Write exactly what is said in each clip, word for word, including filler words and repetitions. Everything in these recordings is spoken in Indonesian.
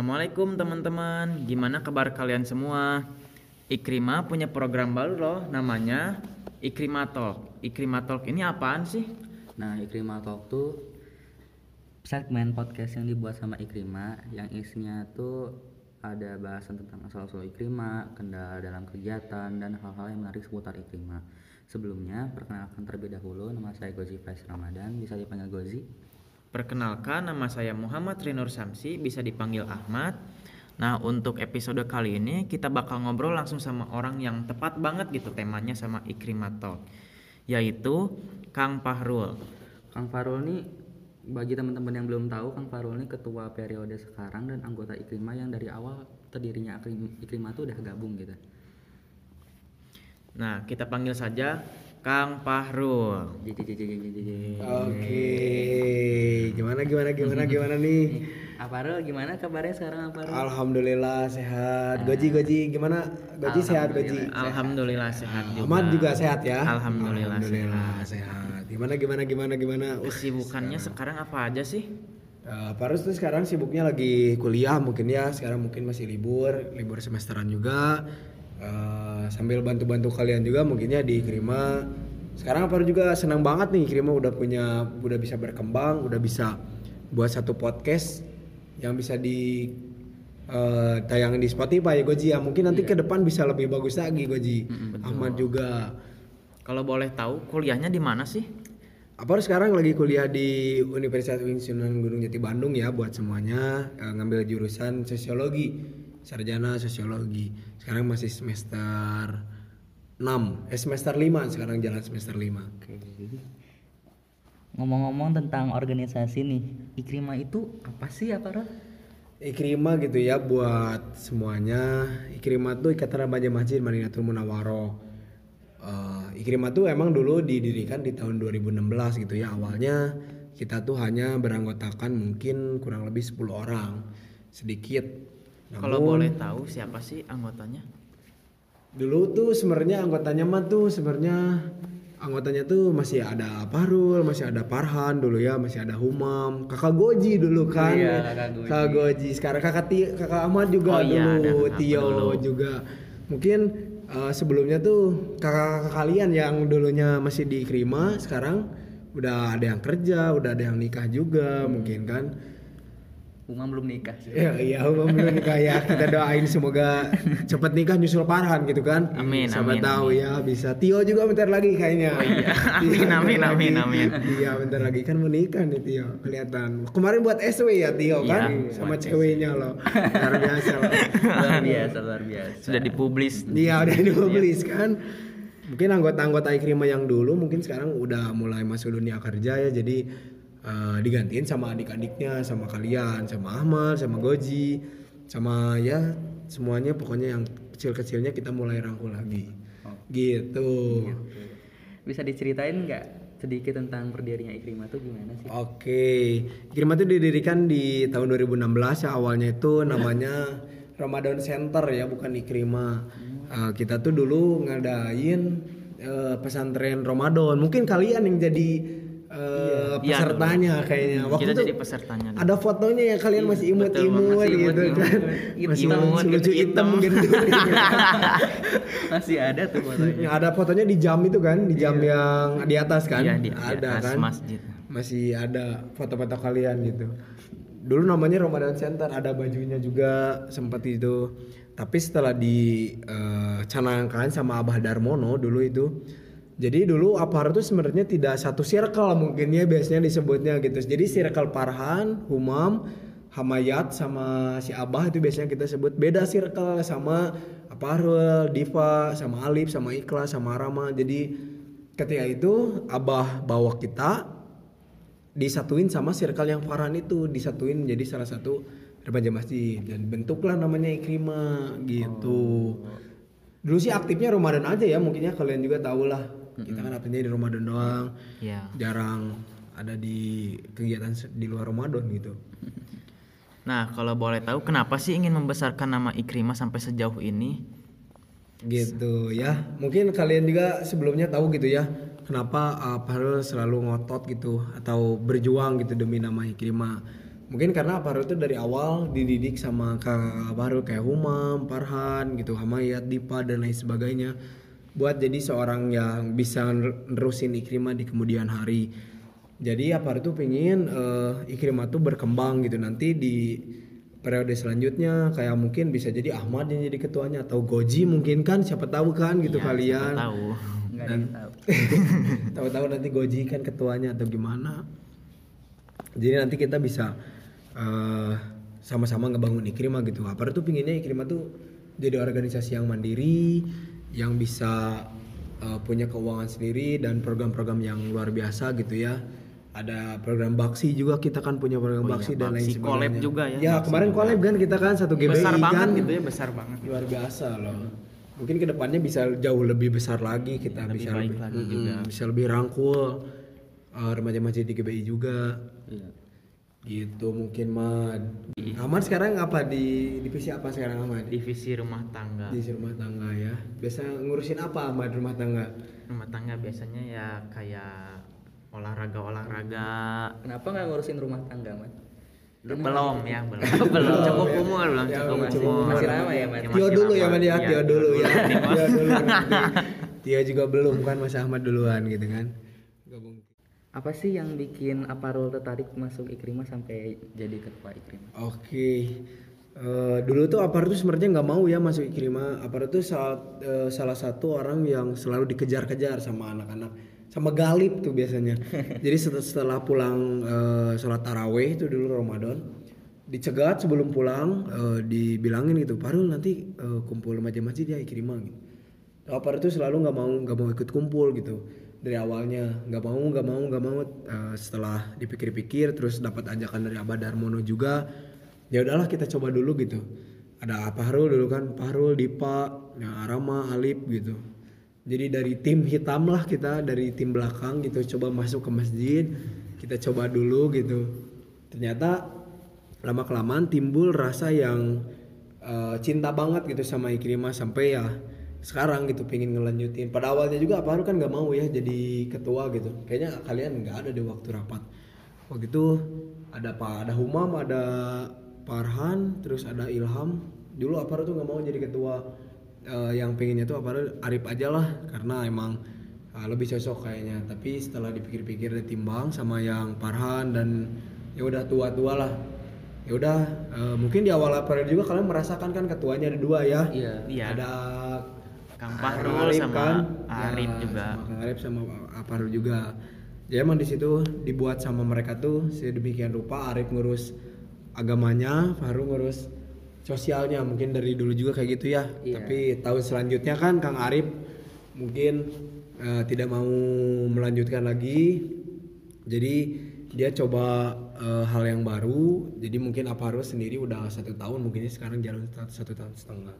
Assalamualaikum teman-teman, gimana kabar kalian semua? Ikrimah punya program baru loh, namanya Ikrimah Talk. Ikrimah Talk ini apaan sih? Nah, Ikrimah Talk tuh segmen podcast yang dibuat sama Ikrimah, yang isinya tuh ada bahasan tentang asal-usul Ikrimah, kendala dalam kegiatan, dan hal-hal yang menarik seputar Ikrimah. Sebelumnya, perkenalkan terlebih dahulu, nama saya Gozi Faiz Ramadan, bisa dipanggil Gozi. Perkenalkan, nama saya Muhammad Rinur Samsi, bisa dipanggil Ahmad. Nah, untuk episode kali ini kita bakal ngobrol langsung sama orang yang tepat banget gitu temanya sama Ikrimah Talk, yaitu Kang Fahrul. Kang Fahrul nih, bagi teman-teman yang belum tahu, Kang Fahrul nih ketua periode sekarang dan anggota Ikrimah yang dari awal terdirinya Ikrimah tuh udah gabung gitu. Nah, kita panggil saja Kang Fahrul. Oke, gimana gimana gimana gimana nih? Fahrul gimana kabarnya sekarang Fahrul? Alhamdulillah sehat. Goji Goji gimana? Goji sehat Goji. Alhamdulillah sehat juga. Ahmad juga sehat ya? Alhamdulillah, Alhamdulillah sehat. Gimana gimana gimana gimana? Kesibukannya sekarang apa aja sih? Uh, Farus tuh sekarang sibuknya lagi kuliah mungkin ya. Sekarang mungkin masih libur, libur semesteran juga. Uh, sambil bantu-bantu kalian juga mungkinnya di Ikrimah. Sekarang Farus juga senang banget nih, Ikrimah udah punya, udah bisa berkembang, udah bisa buat satu podcast yang bisa di uh, tayangin di Spotify ya Goji ya. Mungkin nanti iya. ke depan bisa lebih bagus lagi Goji. Mm-mm, Ahmad juga. Kalau boleh tahu kuliahnya di mana sih? Apa sekarang lagi kuliah di Universitas Sunan Gunung Jati Bandung ya buat semuanya, uh, ngambil jurusan sosiologi, sarjana sosiologi. Sekarang masih semester enam, eh semester lima sekarang jalan semester lima. Oke. Ngomong-ngomong tentang organisasi nih, Ikrimah itu apa sih ya Fahrul? Ikrimah gitu ya buat semuanya. Ikrimah tuh Ikatan Remaja Masjid Madinatul Munawwaroh. Uh, Ikrimah tuh emang dulu didirikan di tahun dua ribu enam belas gitu ya. Awalnya kita tuh hanya beranggotakan mungkin kurang lebih sepuluh orang, sedikit. Kalau boleh tahu siapa sih anggotanya? Dulu tuh sebenarnya anggotanya mah tuh sebenarnya anggotanya tuh masih ada Fahrul, masih ada Farhan dulu ya, masih ada Humam, kakak Goji dulu kan. Iya, kakak Goji. Kakak Goji. Sekarang kakak Ti, kakak Ahmad juga Oh, iya, dulu, ada Tio dulu. juga. Mungkin uh, sebelumnya tuh kakak-kakak kalian yang dulunya masih di Ikrimah, sekarang udah ada yang kerja, udah ada yang nikah juga, mungkin kan. Umam belum nikah sih. Ya, iya, Umam belum nikah ya. Kita doain semoga cepat nikah nyusul Farhan gitu kan. Amin, Siapa amin, tahu amin. ya bisa. Tio juga bentar lagi kayaknya. Oh iya. Tio Amin, bentar amin, lagi. amin, amin. Iya, bentar lagi kan mau nikah nih Tio. Kelihatan. Kemarin buat S W ya Tio kan Iya, sama buat ceweknya loh. Luar biasa loh. Luar biasa, luar biasa. Sudah dipublis. Iya, udah dipublis kan. Mungkin anggota-anggota Ikrimah yang dulu mungkin sekarang udah mulai masuk dunia kerja ya. Jadi Uh, digantiin sama adik-adiknya, sama kalian, sama Ahmad, sama Goji, sama ya semuanya pokoknya yang kecil-kecilnya kita mulai rangkul lagi. Oh. Gitu. Bisa diceritain nggak sedikit tentang berdirinya Ikrimah tuh gimana sih? Oke, Ikrimah itu didirikan di tahun dua ribu enam belas ya. Awalnya itu namanya Ramadan Center ya, bukan Ikrimah. Uh, kita tuh dulu ngadain uh, pesantren Ramadan. Mungkin kalian yang jadi Uh, Iya, pesertanya dulu. kayaknya. Hmm, Waktu kita itu jadi pesertanya dulu. ada fotonya ya kalian masih imut-imut masih gitu imut-imut. kan. Imut, Masih imut, lucu hitam. hitam gitu. Masih ada tuh fotonya. Ada fotonya di jam itu kan, di jam yang di atas kan. Iya, di ada atas kan. masjid. Masih ada foto-foto kalian gitu. Dulu namanya Ramadan Center, ada bajunya juga sempat itu. Tapi setelah dicanangkan sama Abah Darmono dulu itu. Jadi dulu Aparat itu sebenarnya tidak satu circle mungkin ya biasanya disebutnya gitu. Jadi circle Farhan, Humam, Hamayat sama si Abah itu biasanya kita sebut. Beda circle sama Aparul, Diva, sama Alif, sama Ikhlas, sama Rama. Jadi ketika itu Abah bawa kita disatuin sama circle yang Farhan itu, disatuin jadi salah satu remaja masjid dan bentuklah namanya Ikrimah gitu. Oh. Dulu sih aktifnya Ramadan aja ya, mungkinnya kalian juga tahu lah. Kita kan aktifnya di Ramadan doang. Iya. Jarang ada di kegiatan di luar Ramadan gitu. Nah, kalau boleh tahu kenapa sih ingin membesarkan nama Ikrimah sampai sejauh ini? Gitu ya. Mungkin kalian juga sebelumnya tahu gitu ya. Kenapa uh, Fahrul selalu ngotot gitu atau berjuang gitu demi nama Ikrimah. Mungkin karena Aparul itu dari awal dididik sama Kak Aparul kayak Humam, Farhan gitu, Hamayat, Dipa dan lain sebagainya, buat jadi seorang yang bisa nerusin Ikrimah di kemudian hari. Jadi Aparul tuh pengen uh, Ikrimah tuh berkembang gitu, nanti di periode selanjutnya kayak mungkin bisa jadi Ahmad yang jadi ketuanya atau Goji mungkin kan, siapa tahu kan gitu Ya, kalian. siapa tahu. Nggak ada Dan yang tahu. tahu-tahu nanti Goji kan ketuanya atau gimana. Jadi nanti kita bisa uh, sama-sama ngebangun Ikrimah gitu. Apa tuh pinginnya Ikrimah tuh jadi organisasi yang mandiri, yang bisa uh, punya keuangan sendiri dan program-program yang luar biasa gitu ya. Ada program Baksi juga, kita kan punya program Oh Baksi iya, dan lain Baksi, sebagainya. collab juga ya, Ya Baksi kemarin juga. collab kan kita kan satu G B I Besar kan. banget gitu ya, besar banget. Luar biasa loh. Mungkin kedepannya bisa jauh lebih besar lagi, kita Lebih bisa baik lebih, lagi mm-mm, juga. bisa lebih rangkul uh, remaja-remaja di G B I juga. Iya. Gitu mungkin Mad. Ahmad sekarang apa di divisi apa sekarang Ahmad? Divisi rumah tangga. Di rumah tangga ya. Biasa ngurusin apa Ahmad rumah tangga? Rumah tangga biasanya ya kayak olahraga-olahraga. Kenapa nggak ngurusin rumah tangga, Man? Belum ya, belum. belum cukup umur, belum Ya, cukup masih- umur. masih lama ya, Mat? Ya, Tio masih dulu ya lama. Mad ya, Iya, Tio dulu ya. dulu. Tio dulu. Tio juga belum kan, Mas Ahmad duluan gitu kan. Gabung. Apa sih yang bikin Aparul tertarik masuk Ikrimah sampai jadi ketua Ikrimah? Oke. Eh, dulu tuh Apar tuh sebenarnya nggak mau ya masuk Ikrimah. Apar tuh salah, eh, salah satu orang yang selalu dikejar-kejar sama anak-anak, sama Galib tuh biasanya. Jadi setelah, setelah pulang eh, sholat taraweh itu dulu Ramadan, dicegat sebelum pulang, eh, dibilangin gitu, Parul nanti eh, kumpul masjid-masjid ya Ikrimah gitu. Apar tuh selalu nggak mau nggak mau ikut kumpul gitu dari awalnya, nggak mau nggak mau nggak mau. Eh, setelah dipikir-pikir terus dapat ajakan dari Abah Darmono juga. Ya udahlah kita coba dulu gitu. Ada Pak Harul dulu kan, Pak Harul, Dipa, ya, Rama, Alip gitu. Jadi dari tim hitam lah kita, dari tim belakang gitu coba masuk ke masjid. Kita coba dulu gitu. Ternyata lama kelamaan timbul rasa yang uh, cinta banget gitu sama Ikrimah sampai ya sekarang gitu pengen ngelanjutin. Pada awalnya juga Pak Harul kan nggak mau ya jadi ketua gitu. Kayaknya kalian nggak ada di waktu rapat. Waktu itu ada Pak, ada Humam, ada Farhan, terus ada Ilham. Dulu Apar tuh nggak mau jadi ketua, uh, yang pengennya tuh Apar Arif aja lah karena emang uh, lebih cocok kayaknya. Tapi setelah dipikir-pikir ditimbang sama yang Farhan dan ya udah tua-tua lah. Ya udah uh, mungkin di awal Apar juga kalian merasakan kan ketuanya ada dua ya. Iya. Iya. Ada Kang Kang Fahrul Arif sama kan? Arif Ya, juga. sama Kang Arif sama Apar juga. Jadi emang di situ dibuat sama mereka tuh sedemikian rupa. Arif ngurus agamanya, Fahrul ngurus sosialnya, mungkin dari dulu juga kayak gitu ya. Iya. Tapi tahun selanjutnya kan Kang Arif mungkin uh, tidak mau melanjutkan lagi, jadi dia coba uh, hal yang baru. Jadi mungkin Aparul sendiri udah satu tahun, mungkin sekarang jalan satu tahun setengah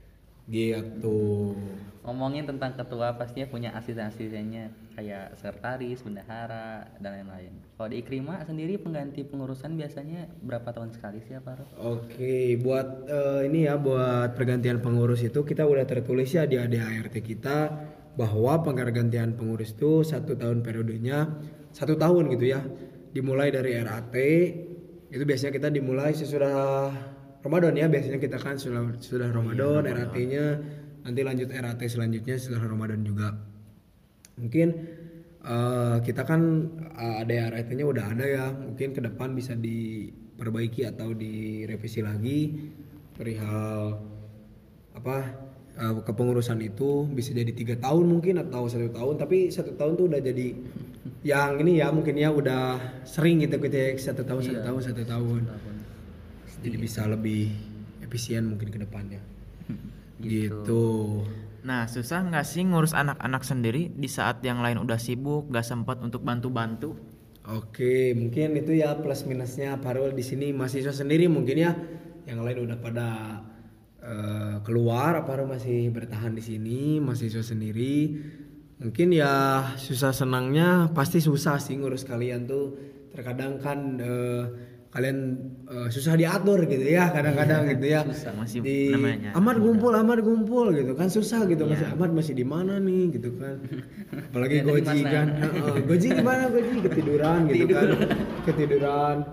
gitu. Ngomongin tentang ketua pastinya punya asisten-asistennya kayak sekretaris, bendahara, dan lain-lain. Kalau di Ikrimah sendiri pengganti pengurusan biasanya berapa tahun sekali sih Aparul? Oke, buat uh, ini ya, buat pergantian pengurus itu kita udah tertulis ya di A D A R T kita bahwa pergantian pengurus itu satu tahun periodenya satu tahun gitu ya. Dimulai dari R A T, itu biasanya kita dimulai sesudah Ramadan ya, biasanya kita kan sudah sudah Ramadan, R A T-nya nanti lanjut R A T selanjutnya setelah Ramadan juga. Mungkin uh, kita kan uh, A D A R T-nya udah ada ya, mungkin ke depan bisa diperbaiki atau direvisi lagi perihal apa uh, kepengurusan itu bisa jadi tiga tahun mungkin atau satu tahun, tapi satu tahun tuh udah jadi yang ini ya mungkin ya udah sering gitu kita satu tahun satu Iya. tahun satu tahun. Jadi bisa lebih efisien mungkin ke depannya. Gitu. Gitu. Nah, susah nggak sih ngurus anak-anak sendiri di saat yang lain udah sibuk, gak sempat untuk bantu-bantu? Oke, mungkin itu ya plus minusnya Parul di sini mahasiswa sendiri mungkin ya. Yang lain udah pada uh, keluar, Parul masih bertahan di sini, mahasiswa sendiri. Mungkin ya susah senangnya pasti susah sih ngurus kalian tuh. Terkadang kan uh, kalian uh, susah diatur gitu ya kadang-kadang gitu ya. Susah, masih di namanya. Ahmad gumpul Ahmad gumpul gitu kan susah gitu. Iya. Masih Ahmad masih di mana nih gitu kan. Apalagi Ternyata di Goji mana? kan. Heeh, Goji di mana Goji ketiduran gitu kan. Ketiduran.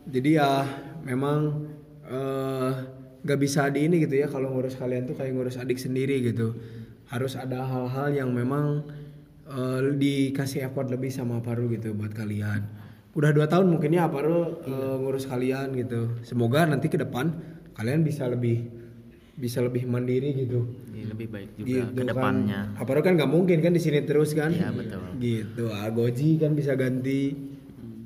jadi ya memang eh, nggak bisa di ini gitu ya, kalau ngurus kalian tuh kayak ngurus adik sendiri gitu. Harus ada hal-hal yang memang eh, dikasih effort lebih sama Aparul gitu buat kalian. Udah dua tahun mungkin ya Aparul eh, ngurus kalian gitu. Semoga nanti ke depan kalian bisa lebih bisa lebih mandiri gitu. Iya, lebih baik juga Gitu ke depannya. kan. Aparul kan nggak mungkin kan di sini terus kan. Iya, betul. Gitu. Agoji kan bisa ganti.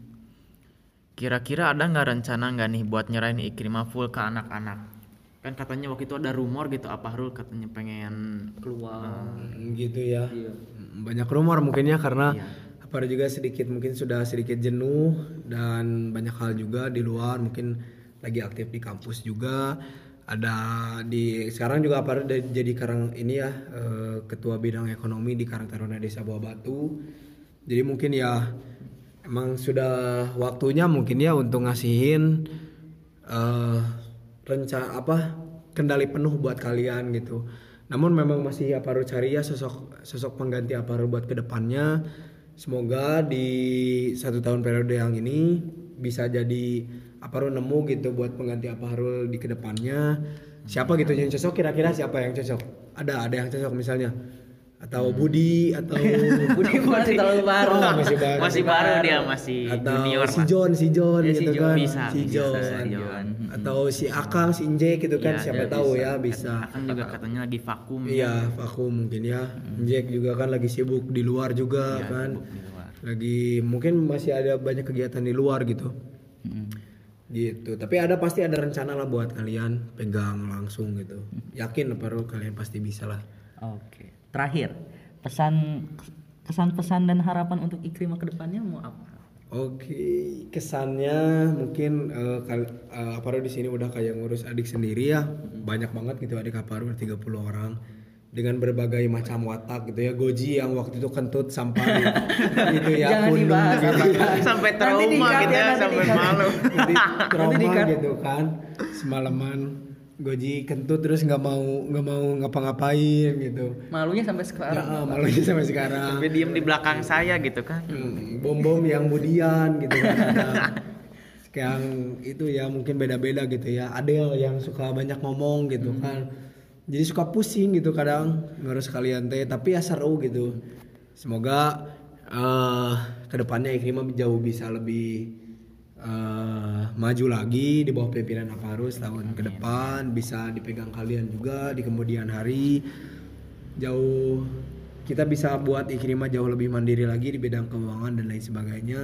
Kira-kira ada nggak rencana nggak nih buat nyerahin Ikrimah full ke anak-anak? Kan katanya waktu itu ada rumor gitu, Aparul katanya pengen Keluar. Gitu ya. Iya. Banyak rumor mungkin ya karena Iya. Aparul juga sedikit mungkin sudah sedikit jenuh dan banyak hal juga di luar, mungkin lagi aktif di kampus juga. Ada di sekarang juga Aparul udah jadi karang ini ya eh, ketua bidang ekonomi di Karang Taruna Desa Bawah Batu. Jadi mungkin ya emang sudah waktunya mungkin ya untuk ngasihin uh, rencana apa kendali penuh buat kalian gitu. Namun memang masih Aparul cari ya sosok sosok pengganti Aparul buat kedepannya. Semoga di satu tahun periode yang ini bisa jadi Aparul nemu gitu buat pengganti Aparul di kedepannya. Siapa gitu yang cocok, kira-kira siapa yang cocok? Ada ada yang cocok misalnya atau Budi atau Budi masih terlalu baru. Oh, masih baru. masih baru dia, masih Atau junior si lah. John, si John Ya, si gitu John. kan. Bisa, si bisa, John. si John. Atau si Akang, si Injek gitu kan, Iya, siapa ya, tahu bisa. ya bisa. Akan juga katanya lagi vakum. Iya, vakum mungkin ya. Injek juga kan lagi sibuk di luar juga Iya, kan. sibuk di luar. Lagi mungkin masih ada banyak kegiatan di luar gitu. Gitu. Tapi ada pasti ada rencana lah buat kalian pegang langsung gitu. Yakin perlu kalian pasti bisa lah. Oke. Terakhir, pesan kesan-pesan dan harapan untuk Ikrimah ke depannya mau apa? Oke, kesannya mungkin uh, kal- uh, Aparul di sini udah kayak ngurus adik sendiri ya. Banyak banget gitu adik Aparul tiga puluh orang dengan berbagai macam watak gitu ya. Goji yang waktu itu kentut sampai itu ya Jangan kuning dibahas, gitu. Sampai Nanti trauma di-cut gitu ya, ya, nanti sampai di-cut. malu. Jadi trauma di-cut. gitu kan. Semalaman Goji kentut terus nggak mau nggak mau ngapa-ngapain gitu. Malunya sampai Ya, sekarang. malunya sampai sekarang. Sampai diem di belakang saya gitu kan. Hmm, bom-bom yang kemudian gitu kan ada yang itu ya mungkin beda-beda gitu ya. Ada yang suka banyak ngomong gitu kan, jadi suka pusing gitu kadang ngurus kalian teh, tapi ya seru gitu. Semoga uh, kedepannya Ikrimah jauh bisa lebih uh, maju lagi di bawah pimpinan Aparul tahun ke depan, bisa dipegang kalian juga di kemudian hari. Jauh kita bisa buat Ikrimah jauh lebih mandiri lagi di bidang keuangan dan lain sebagainya,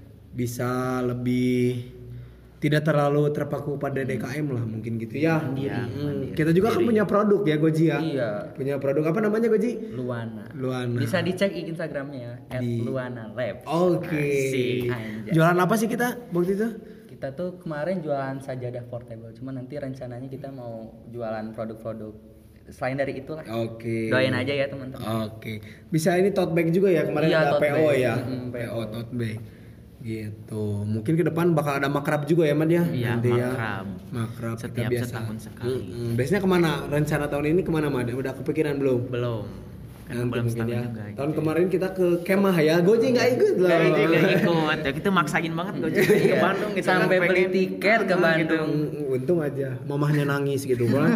bisa lebih tidak terlalu terpaku pada D K M lah mungkin gitu ya. Iya, Hmm, kita juga kan punya produk ya Goji ya. Iya. Punya produk apa namanya Goji? Luana. Luana. Bisa dicek Instagramnya at Di- Luana Lab. Oke. Asik. Anjay. Jualan apa sih kita waktu itu? Kita tuh kemarin jualan sajadah portable, cuma nanti rencananya kita mau jualan produk-produk selain dari itulah. Oke. Doain aja ya teman-teman. Oke. Bisa ini tote bag juga ya, kemarin Iya, ada tote P O bag. ya. Mm-mm, P O P O. tote bag. Gitu. Mungkin ke depan bakal ada makrab juga ya, Man ya. Iya, Nanti ya. makrab. Makrab kita Setiap biasa. setahun sekali. Mm-mm. Biasanya kemana? Rencana tahun ini kemana, Man? Udah kepikiran belum? Belum. Kan Nanti belum mungkin setahun ya. juga. Tahun gitu. kemarin kita ke kemah ya. Goji nggak ikut loh. Gak juga ikut. Ya, kita maksain banget gue ke Iya. Bandung gitu. Sampai kan, beli pengen. tiket ke Ah, Bandung. Mm, Untung aja, mamahnya nangis gitu kan.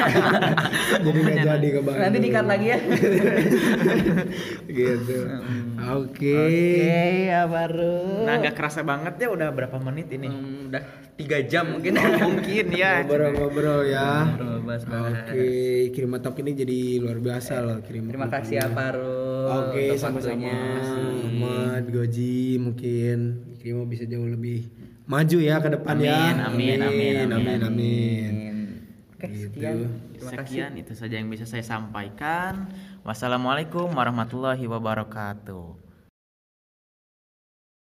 Jadi nggak jadi ke Bandung. Nanti di-cut lagi ya. Gitu. Oke. Oke, ya baru. Nah, nggak kerasa banget ya udah berapa menit ini? Hmm, udah tiga jam mungkin. Mungkin ya. Ngobrol-ngobrol ya. Ngobrol, bahas-bahas. Oke, Kirim Talk ini jadi luar biasa loh Kirim. Terima kasih ya Faru. Oke, untuk sama-sama. waktunya. Ahmad, Goji, mungkin Kirim bisa jauh lebih maju ya ke depan ya. Amin, amin, amin, amin. amin, amin. Oke, Gitu. sekian. Terima kasih. Sekian itu saja yang bisa saya sampaikan. Wassalamualaikum warahmatullahi wabarakatuh.